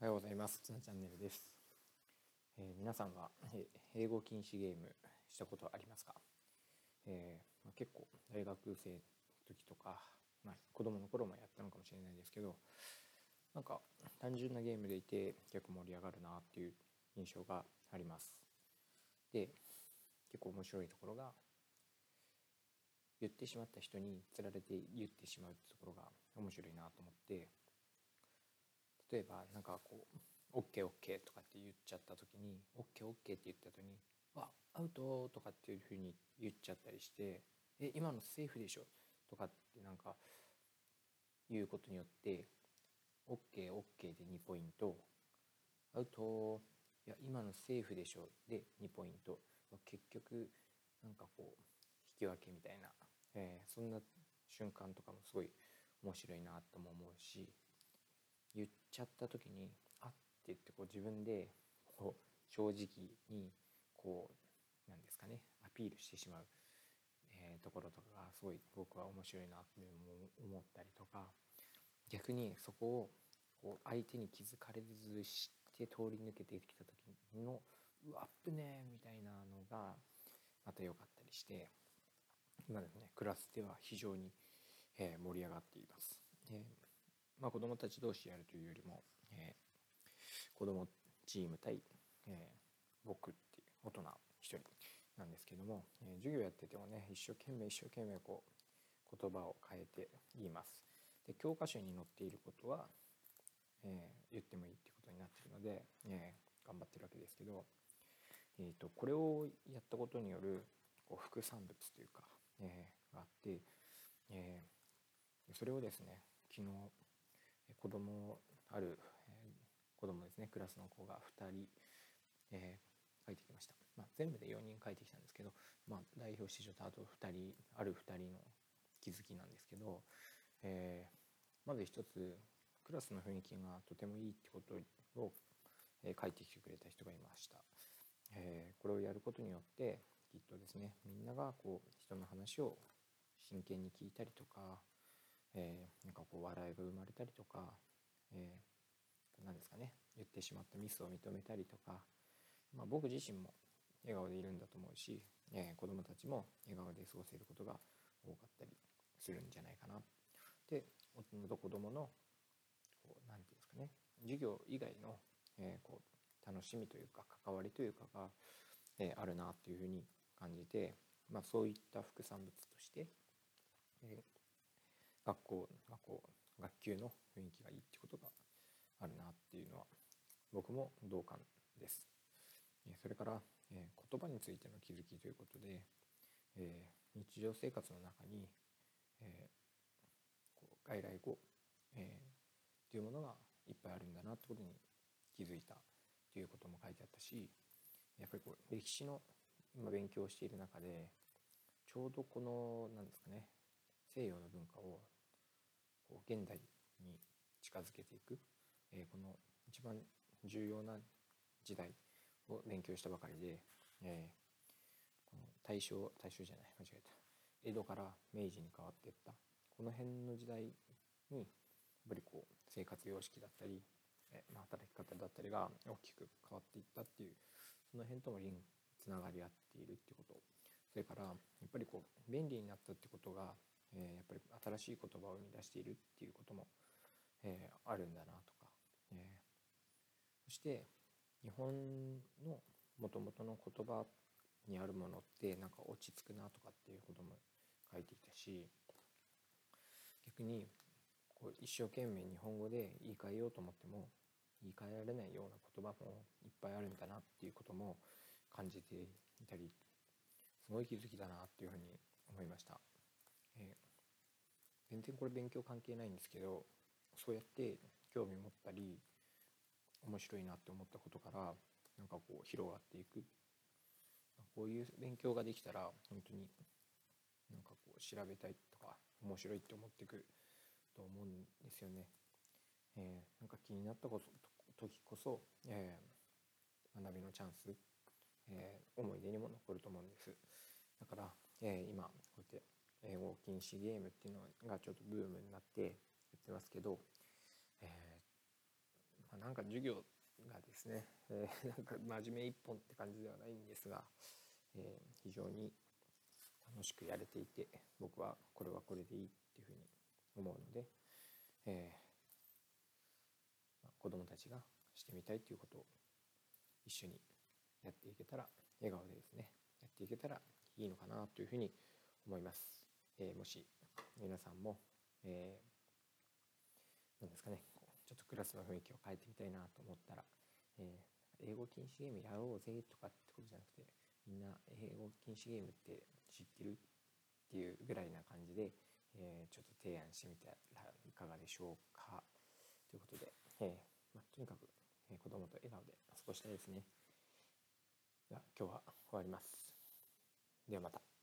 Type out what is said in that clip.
おはようございます。つなチャンネルです。皆さんは、英語禁止ゲームしたことありますか？結構大学生の時とか、子供の頃もやったのかもしれないですけど、なんか単純なゲームでいて結構盛り上がるなっていう印象があります。で、結構面白いところが、言ってしまった人につられて言ってしまうところが面白いなと思って、例えばOK OK とかって言っちゃった時に OK OK って言った後にアウトとかっていう風に言っちゃったりして、今のセーフでしょとかって言うことによって OK OK で2ポイント、アウト、いや今のセーフでしょで2ポイント、結局引き分けみたいな、そんな瞬間とかもすごい面白いなとも思うし、言っちゃった時にって言って自分で正直になんですかね、アピールしてしまう、ところとかがすごい僕は面白いなって思ったりとか、逆にそこを相手に気づかれずして通り抜けてきた時のうわっぶねみたいなのがまた良かったりして、今ですねクラスでは非常に盛り上がっています。子どもたち同士やるというよりも、子どもチーム対、僕っていう大人一人なんですけども、授業やっててもね一生懸命言葉を変えて言います。で、教科書に載っていることは、言ってもいいってことになっているので、頑張ってるわけですけど、これをやったことによる副産物というか、があって、それをですね昨日ある子供ですね、クラスの子が2人、書いてきました。全部で4人書いてきたんですけど、代表子女とあと2人の気づきなんですけど、まず一つ、クラスの雰囲気がとてもいいってことを、書いてきてくれた人がいました。これをやることによってきっとですね、みんなが人の話を真剣に聞いたりとか、笑いが生まれたりとか、何ですかね、言ってしまったミスを認めたりとか、僕自身も笑顔でいるんだと思うし、子どもたちも笑顔で過ごせることが多かったりするんじゃないかな。で、大人と子どもの何て言うんですかね、授業以外の、楽しみというか関わりというかが、あるなっていうふうに感じて、そういった副産物として、学校学級の雰囲気がいいってことがあるなっていうのは僕も同感です。それから、言葉についての気づきということで、日常生活の中に、外来語、というものがいっぱいあるんだなってことに気づいたということも書いてあったし、やっぱり歴史の今勉強している中でちょうどこの何ですかね、西洋の文化を現代に近づけていく、この一番重要な時代を勉強したばかりで、この大正じゃない間違えた江戸から明治に変わっていったこの辺の時代に、やっぱり生活様式だったり、働き方だったりが大きく変わっていったっていう、その辺ともつながり合っているっていうこと、それからやっぱり便利になったってことが、やっぱり新しい言葉を生み出しているっていうことも、あるんだなとか、そして日本のもともとの言葉にあるものって落ち着くなとかっていうことも書いていたし、逆に一生懸命日本語で言い換えようと思っても言い換えられないような言葉もいっぱいあるんだなっていうことも感じていたり、すごい気づきだなっていうふうに思いました。全然これ勉強関係ないんですけど、そうやって興味持ったり面白いなって思ったことから広がっていく、こういう勉強ができたら本当に調べたいとか面白いって思っていくと思うんですよね。気になった時こそ、学びのチャンス、思い出にも残ると思うんです。だから、今こうやって英語禁止ゲームっていうのがちょっとブームになってやってますけど、 なんか授業がですね、なんか真面目一本って感じではないんですが、非常に楽しくやれていて、僕はこれはこれでいいっていうふうに思うので、子どもたちがしてみたいということを一緒にやっていけたら、笑顔でですねやっていけたらいいのかなというふうに思います。もし皆さんも、なんですかね、ちょっとクラスの雰囲気を変えてみたいなと思ったら、英語禁止ゲームやろうぜとかってことじゃなくて、みんな英語禁止ゲームって知ってるっていうぐらいな感じで、ちょっと提案してみたらいかがでしょうかということで、とにかく、子供と笑顔で過ごしたいですね。では今日は終わります。ではまた。